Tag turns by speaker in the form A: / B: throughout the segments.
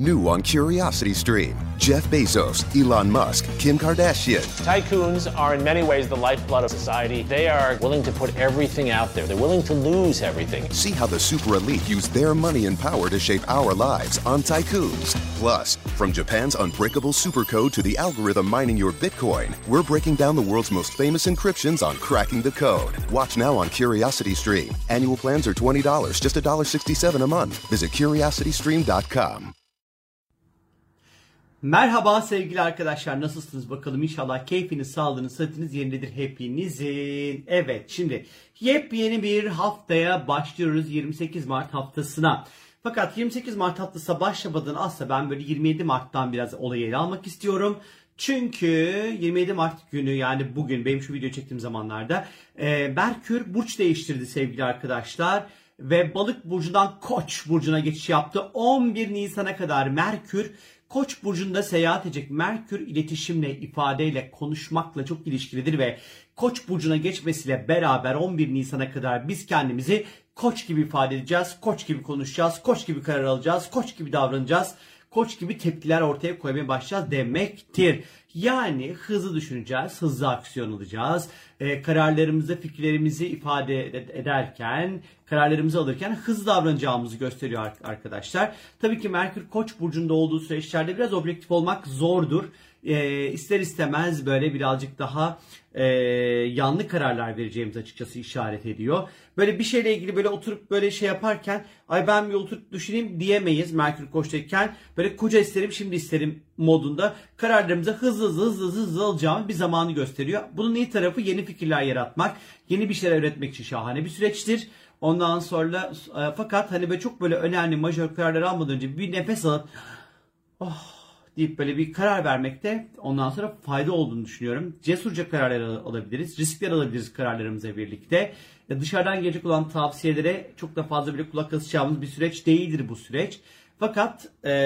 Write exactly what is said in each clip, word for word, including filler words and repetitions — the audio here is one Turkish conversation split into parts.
A: New on Curiosity Stream. Jeff Bezos, Elon Musk, Kim Kardashian.
B: Tycoons are in many ways the lifeblood of society. They are willing to put everything out there. They're willing to lose everything.
A: See how the super elite use their money and power to shape our lives on Tycoons. Plus, from Japan's unbreakable supercode to the algorithm mining your Bitcoin, we're breaking down the world's most famous encryptions on cracking the code. Watch now on Curiosity Stream. Annual plans are twenty dollars, just one dollar sixty-seven a month. Visit curiosity stream dot com.
C: Merhaba sevgili arkadaşlar, nasılsınız bakalım? İnşallah keyfiniz, sağlığınız, sıhhatiniz yerindedir hepinizin. Evet, şimdi yepyeni bir haftaya başlıyoruz, yirmi sekiz Mart haftasına. Fakat yirmi sekiz Mart haftası başlamadan aslında ben böyle yirmi yedi Mart'tan biraz olayı ele almak istiyorum. Çünkü yirmi yedi Mart günü, yani bugün benim şu videoyu çektiğim zamanlarda e, Merkür burç değiştirdi sevgili arkadaşlar. Ve Balık burcundan Koç burcuna geçiş yaptı. on bir Nisan'a kadar Merkür Koç burcunda seyahat edecek. Merkür iletişimle, ifadeyle, konuşmakla çok ilişkilidir ve Koç burcuna geçmesiyle beraber on bir Nisan'a kadar biz kendimizi Koç gibi ifade edeceğiz. Koç gibi konuşacağız. Koç gibi karar alacağız. Koç gibi davranacağız. Koç gibi tepkiler ortaya koymaya başlayacağız demektir. Yani hızlı düşüneceğiz, hızlı aksiyon alacağız. Ee, kararlarımızı, fikirlerimizi ifade ederken, kararlarımızı alırken hızlı davranacağımızı gösteriyor arkadaşlar. Tabii ki Merkür Koç burcunda olduğu süreçlerde biraz objektif olmak zordur. Ee, ister istemez böyle birazcık daha e, yanlış kararlar vereceğimiz açıkçası işaret ediyor. Böyle bir şeyle ilgili böyle oturup böyle şey yaparken ay ben bir oturup düşüneyim diyemeyiz Merkür Koç'tayken. Böyle koca isterim şimdi isterim modunda kararlarımıza hızlı hızlı hızlı hızlı alacağımız bir zamanı gösteriyor. Bunun iyi tarafı yeni fikirler yaratmak, yeni bir şeyler üretmek için şahane bir süreçtir. Ondan sonra e, fakat hani böyle çok böyle önemli majör kararlar almadan önce bir nefes alıp oh deyip böyle bir karar vermekte ondan sonra fayda olduğunu düşünüyorum. Cesurca kararlar alabiliriz. Riskler alabiliriz kararlarımızla birlikte. Dışarıdan gelecek olan tavsiyelere çok da fazla bile kulak asacağımız bir süreç değildir bu süreç. Fakat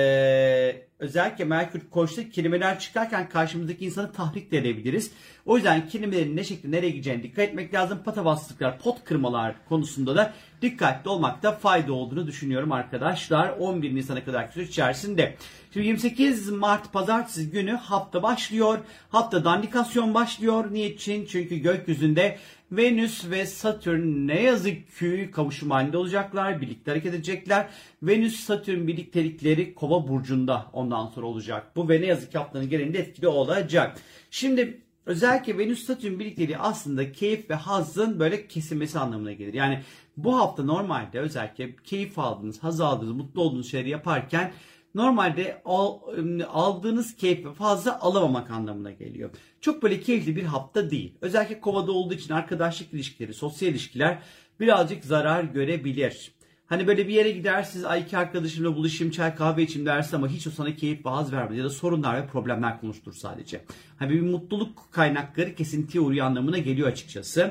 C: ee, özellikle Merkür Koç'ta kelimeler çıkarken karşımızdaki insanı tahrik de edebiliriz. O yüzden kelimelerin ne şekilde nereye gideceğine dikkat etmek lazım. Patavatsızlıklar, pot kırmalar konusunda da dikkatli olmakta fayda olduğunu düşünüyorum arkadaşlar. on bir Nisan'a kadar süreç içerisinde. Şimdi yirmi sekiz Mart Pazartesi günü hafta başlıyor. Hafta dandikasyon başlıyor. Niçin? Çünkü gökyüzünde Venüs ve Satürn ne yazık ki kavuşum halinde olacaklar. Birlikte hareket edecekler. Venüs-Satürn birliktelikleri Kova burcunda ondan sonra olacak. Bu ve ne yazık ki haftanın genelinde etkili olacak. Şimdi özellikle Venüs-Satürn birlikteliği aslında keyif ve hazzın böyle kesilmesi anlamına gelir. Yani bu hafta normalde özellikle keyif aldığınız, haz aldığınız, mutlu olduğunuz şeyleri yaparken normalde aldığınız keyfi fazla alamamak anlamına geliyor. Çok böyle keyifli bir hafta değil. Özellikle Kova'da olduğu için arkadaşlık ilişkileri, sosyal ilişkiler birazcık zarar görebilir. Hani böyle bir yere gidersiniz, ay iki arkadaşımla buluşayım, çay kahve içeyim dersin ama hiç o sana keyif ve haz vermez ya da sorunlar ve problemler konuştur sadece. Hani bir mutluluk kaynakları kesintiye uğruyor anlamına geliyor açıkçası.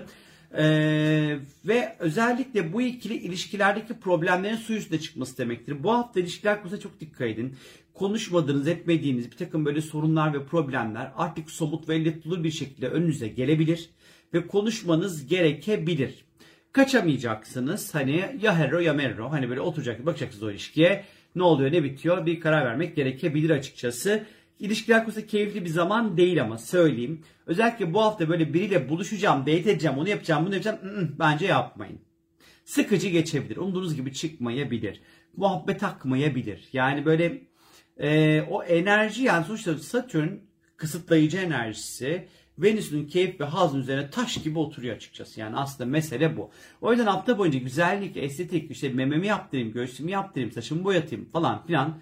C: Ee, ve özellikle bu ikili ilişkilerdeki problemlerin su üstüne çıkması demektir. Bu hafta ilişkiler konusunda çok dikkat edin. Konuşmadığınız, etmediğiniz bir takım böyle sorunlar ve problemler artık somut ve elle tutulur bir şekilde önünüze gelebilir ve konuşmanız gerekebilir. Kaçamayacaksınız. Hani ya herro ya merro. Hani böyle oturacak, bakacaksınız o ilişkiye. Ne oluyor, ne bitiyor? Bir karar vermek gerekebilir açıkçası. İlişkiler konusunda keyifli bir zaman değil ama söyleyeyim. Özellikle bu hafta böyle biriyle buluşacağım, date edeceğim, onu yapacağım, bunu yapacağım. Bence yapmayın. Sıkıcı geçebilir. Umduğunuz gibi çıkmayabilir. Muhabbet akmayabilir. Yani böyle e, o enerji, yani sonuçta Satürn kısıtlayıcı enerjisi Venüs'ün keyif ve hazın üzerine taş gibi oturuyor açıkçası. Yani aslında mesele bu. O yüzden hafta boyunca güzellik, estetik, işte mememi yaptırayım, göğsümü yaptırayım, saçımı boyatayım falan filan.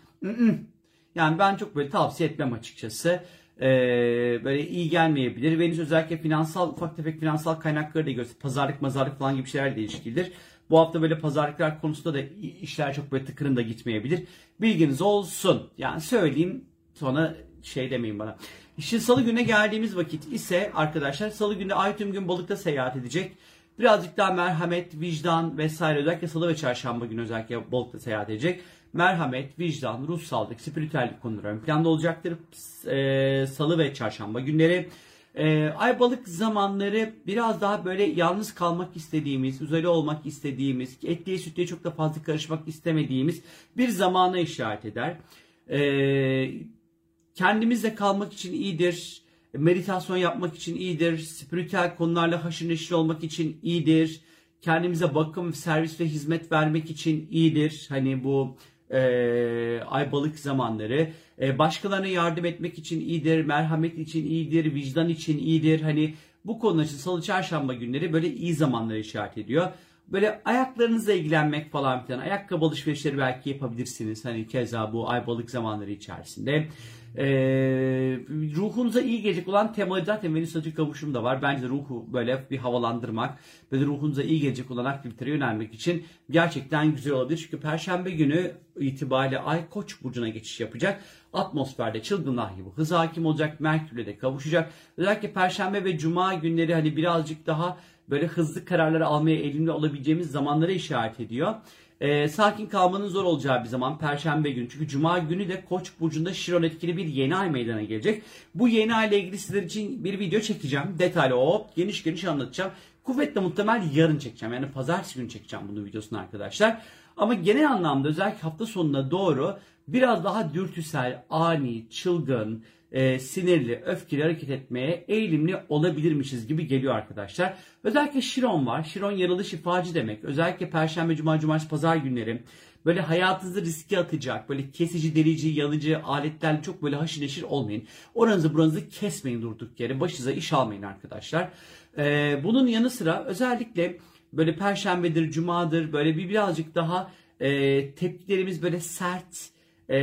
C: Yani ben çok böyle tavsiye etmem açıkçası. Ee, böyle iyi gelmeyebilir. Venüs özellikle finansal, ufak tefek finansal kaynakları da gösteriyor. Pazarlık, mazarlık falan gibi şeylerle ilişkilidir. Bu hafta böyle pazarlıklar konusunda da işler çok böyle tıkırında gitmeyebilir. Bilginiz olsun. Yani söyleyeyim, sonra şey demeyin bana. İşte salı gününe geldiğimiz vakit ise arkadaşlar, salı günü ay tüm gün balıkta seyahat edecek. Birazcık daha merhamet, vicdan vesaire, özellikle salı ve çarşamba günü özellikle balıkta seyahat edecek. Merhamet, vicdan, ruhsallık, spiritüellik konuları ön planda olacaktır. Ee, salı ve çarşamba günleri. Ee, ay balık zamanları biraz daha böyle yalnız kalmak istediğimiz, izole olmak istediğimiz, etliye sütlüye çok da fazla karışmak istemediğimiz bir zamana işaret eder. Ee, kendimizle kalmak için iyidir. Meditasyon yapmak için iyidir. Spiritüel konularla haşır neşir olmak için iyidir. Kendimize bakım, servis ve hizmet vermek için iyidir. Hani bu e, ay balık zamanları. E, başkalarına yardım etmek için iyidir. Merhamet için iyidir. Vicdan için iyidir. Hani bu konular için salı çarşamba günleri böyle iyi zamanları işaret ediyor. Böyle ayaklarınızla ilgilenmek falan filan. Ayakkabı alışverişleri belki yapabilirsiniz. Hani keza bu ay balık zamanları içerisinde. Ee, ruhunuza iyi gelecek olan temalı zaten Venüs Satürn kavuşum da var. Bence de ruhu böyle bir havalandırmak, böyle ruhunuza iyi gelecek olan aktivitelere yönelmek için gerçekten güzel olabilir. Çünkü Perşembe günü itibariyle Ay Koç burcuna geçiş yapacak. Atmosferde çılgınlar gibi hız hakim olacak. Merkür'le de kavuşacak. Özellikle Perşembe ve Cuma günleri hani birazcık daha böyle hızlı kararlar almaya eğilimli olabileceğimiz zamanlara işaret ediyor. Ee, sakin kalmanın zor olacağı bir zaman Perşembe günü. Çünkü Cuma günü de Koç burcunda Şiron etkili bir yeni ay meydana gelecek. Bu yeni ay ile ilgili sizler için bir video çekeceğim. Detaylı hop geniş geniş anlatacağım. Kuvvetle muhtemel yarın çekeceğim. Yani pazartesi günü çekeceğim bunun videosunu arkadaşlar. Ama genel anlamda özellikle hafta sonuna doğru biraz daha dürtüsel, ani, çılgın, e, sinirli, öfkeli hareket etmeye eğilimli olabilirmişiz gibi geliyor arkadaşlar. Özellikle Şiron var. Şiron yaralı şifacı demek. Özellikle Perşembe, Cuma, Cumartesi, Pazar günleri böyle hayatınızı riske atacak, böyle kesici, delici, yalıcı aletlerle çok böyle haşır neşir olmayın. Oranızı buranızı kesmeyin durduk yere. Başınıza iş almayın arkadaşlar. E, bunun yanı sıra özellikle böyle Perşembedir, Cuma'dır böyle bir birazcık daha e, tepkilerimiz böyle sert,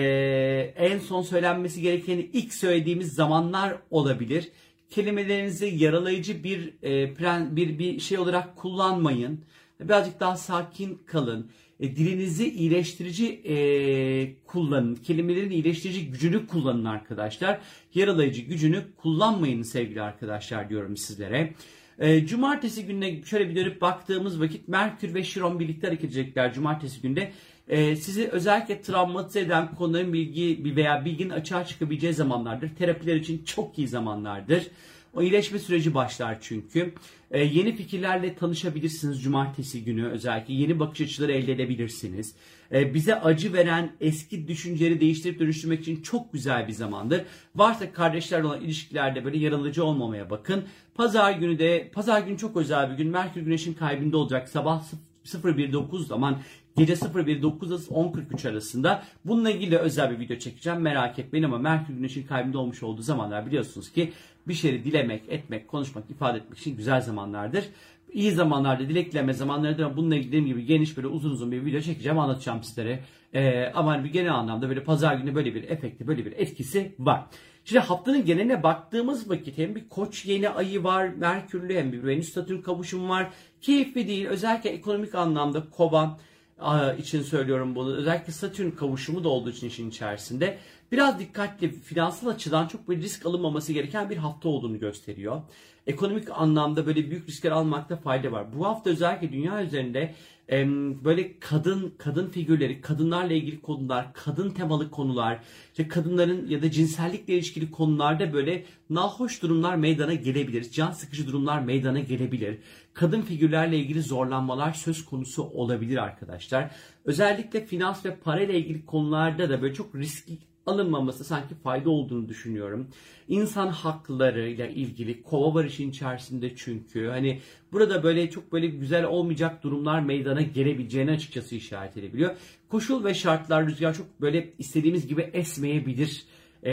C: Ee, en son söylenmesi gerekeni ilk söylediğimiz zamanlar olabilir. Kelimelerinizi yaralayıcı bir e, pren, bir bir şey olarak kullanmayın. Birazcık daha sakin kalın. E, dilinizi iyileştirici e, kullanın. Kelimelerin iyileştirici gücünü kullanın arkadaşlar. Yaralayıcı gücünü kullanmayın sevgili arkadaşlar diyorum sizlere. E, Cumartesi gününe şöyle bir dönüp baktığımız vakit Merkür ve Şiron birlikte hareket edecekler Cumartesi günde. Ee, sizi özellikle travmatize eden konuların bilgi veya bilginin açığa çıkabileceği zamanlardır. Terapiler için çok iyi zamanlardır. O iyileşme süreci başlar çünkü. Ee, yeni fikirlerle tanışabilirsiniz Cumartesi günü özellikle. Yeni bakış açıları elde edebilirsiniz. Ee, bize acı veren eski düşünceleri değiştirip dönüştürmek için çok güzel bir zamandır. Varsa kardeşlerle olan ilişkilerde böyle yaralıcı olmamaya bakın. Pazar günü de, pazar günü çok özel bir gün. Merkür Güneş'in kalbinde olacak sabah sıfır bir dokuz zaman gece sıfır bir dokuz on kırk üç arasında. Bununla ilgili özel bir video çekeceğim. Merak etmeyin ama Merkür Güneş'in kalbinde olmuş olduğu zamanlar biliyorsunuz ki bir şeyi dilemek, etmek, konuşmak, ifade etmek için güzel zamanlardır. İyi zamanlarda, dilek dileme zamanlarıdır ama bununla ilgili dediğim gibi geniş böyle uzun uzun bir video çekeceğim, anlatacağım sizlere. Ee, ama bir genel anlamda böyle pazar günü böyle bir efekti, böyle bir etkisi var. Şimdi haftanın geneline baktığımız vakit hem bir Koç yeni ayı var Merkürlü, hem bir Venüs Satürn kavuşumu var. Keyifli değil, özellikle ekonomik anlamda Kova için söylüyorum bunu. Özellikle Satürn kavuşumu da olduğu için işin içerisinde biraz dikkatli, finansal açıdan çok bir risk alınmaması gereken bir hafta olduğunu gösteriyor. Ekonomik anlamda böyle büyük riskler almakta fayda var. Bu hafta özellikle dünya üzerinde böyle kadın kadın figürleri, kadınlarla ilgili konular, kadın temalı konular, işte kadınların ya da cinsellikle ilişkili konularda böyle nahoş durumlar meydana gelebilir. Can sıkıcı durumlar meydana gelebilir. Kadın figürlerle ilgili zorlanmalar söz konusu olabilir arkadaşlar. Özellikle finans ve parayla ilgili konularda da böyle çok riskli alınmaması sanki fayda olduğunu düşünüyorum. İnsan haklarıyla ilgili Kova var işin içerisinde çünkü. Hani burada böyle çok böyle güzel olmayacak durumlar meydana gelebileceğini açıkçası işaret edebiliyor. Koşul ve şartlar, rüzgar çok böyle istediğimiz gibi esmeyebilir.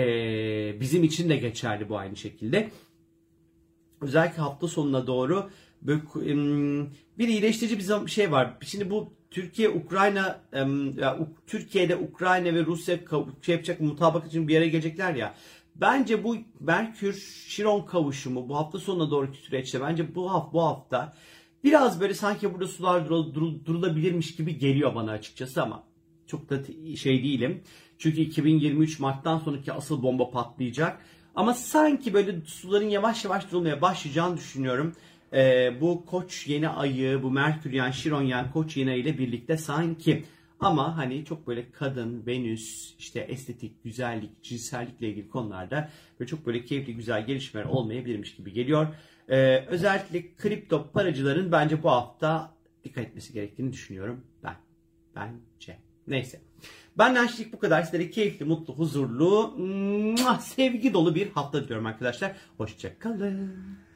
C: Ee, bizim için de geçerli bu aynı şekilde. Özellikle hafta sonuna doğru böyle, bir iyileştirici bir şey var. Şimdi bu Türkiye, Ukrayna, Türkiye'de Ukrayna ve Rusya şey yapacak, mutabakat için bir yere gelecekler ya. Bence bu Merkür Şiron kavuşumu bu hafta sonuna doğruki süreçte bence bu hafta bu hafta biraz böyle sanki burada sular durulabilirmiş gibi geliyor bana açıkçası ama çok da şey değilim. Çünkü iki bin yirmi üç Mart'tan sonraki asıl bomba patlayacak. Ama sanki böyle suların yavaş yavaş durulmaya başlayacağını düşünüyorum. Ee, bu Koç yeni ayı, bu Merkür yani Şiron yani Koç yeni ayı ile birlikte sanki, ama hani çok böyle kadın, Venüs, işte estetik, güzellik, cinsellikle ilgili konularda böyle çok böyle keyifli güzel gelişmeler olmayabilirmiş gibi geliyor. Ee, özellikle kripto paracıların bence bu hafta dikkat etmesi gerektiğini düşünüyorum ben. Bence. Neyse. Benden şimdilik bu kadar. Sizlere keyifli, mutlu, huzurlu, sevgi dolu bir hafta diliyorum arkadaşlar. Hoşça kalın.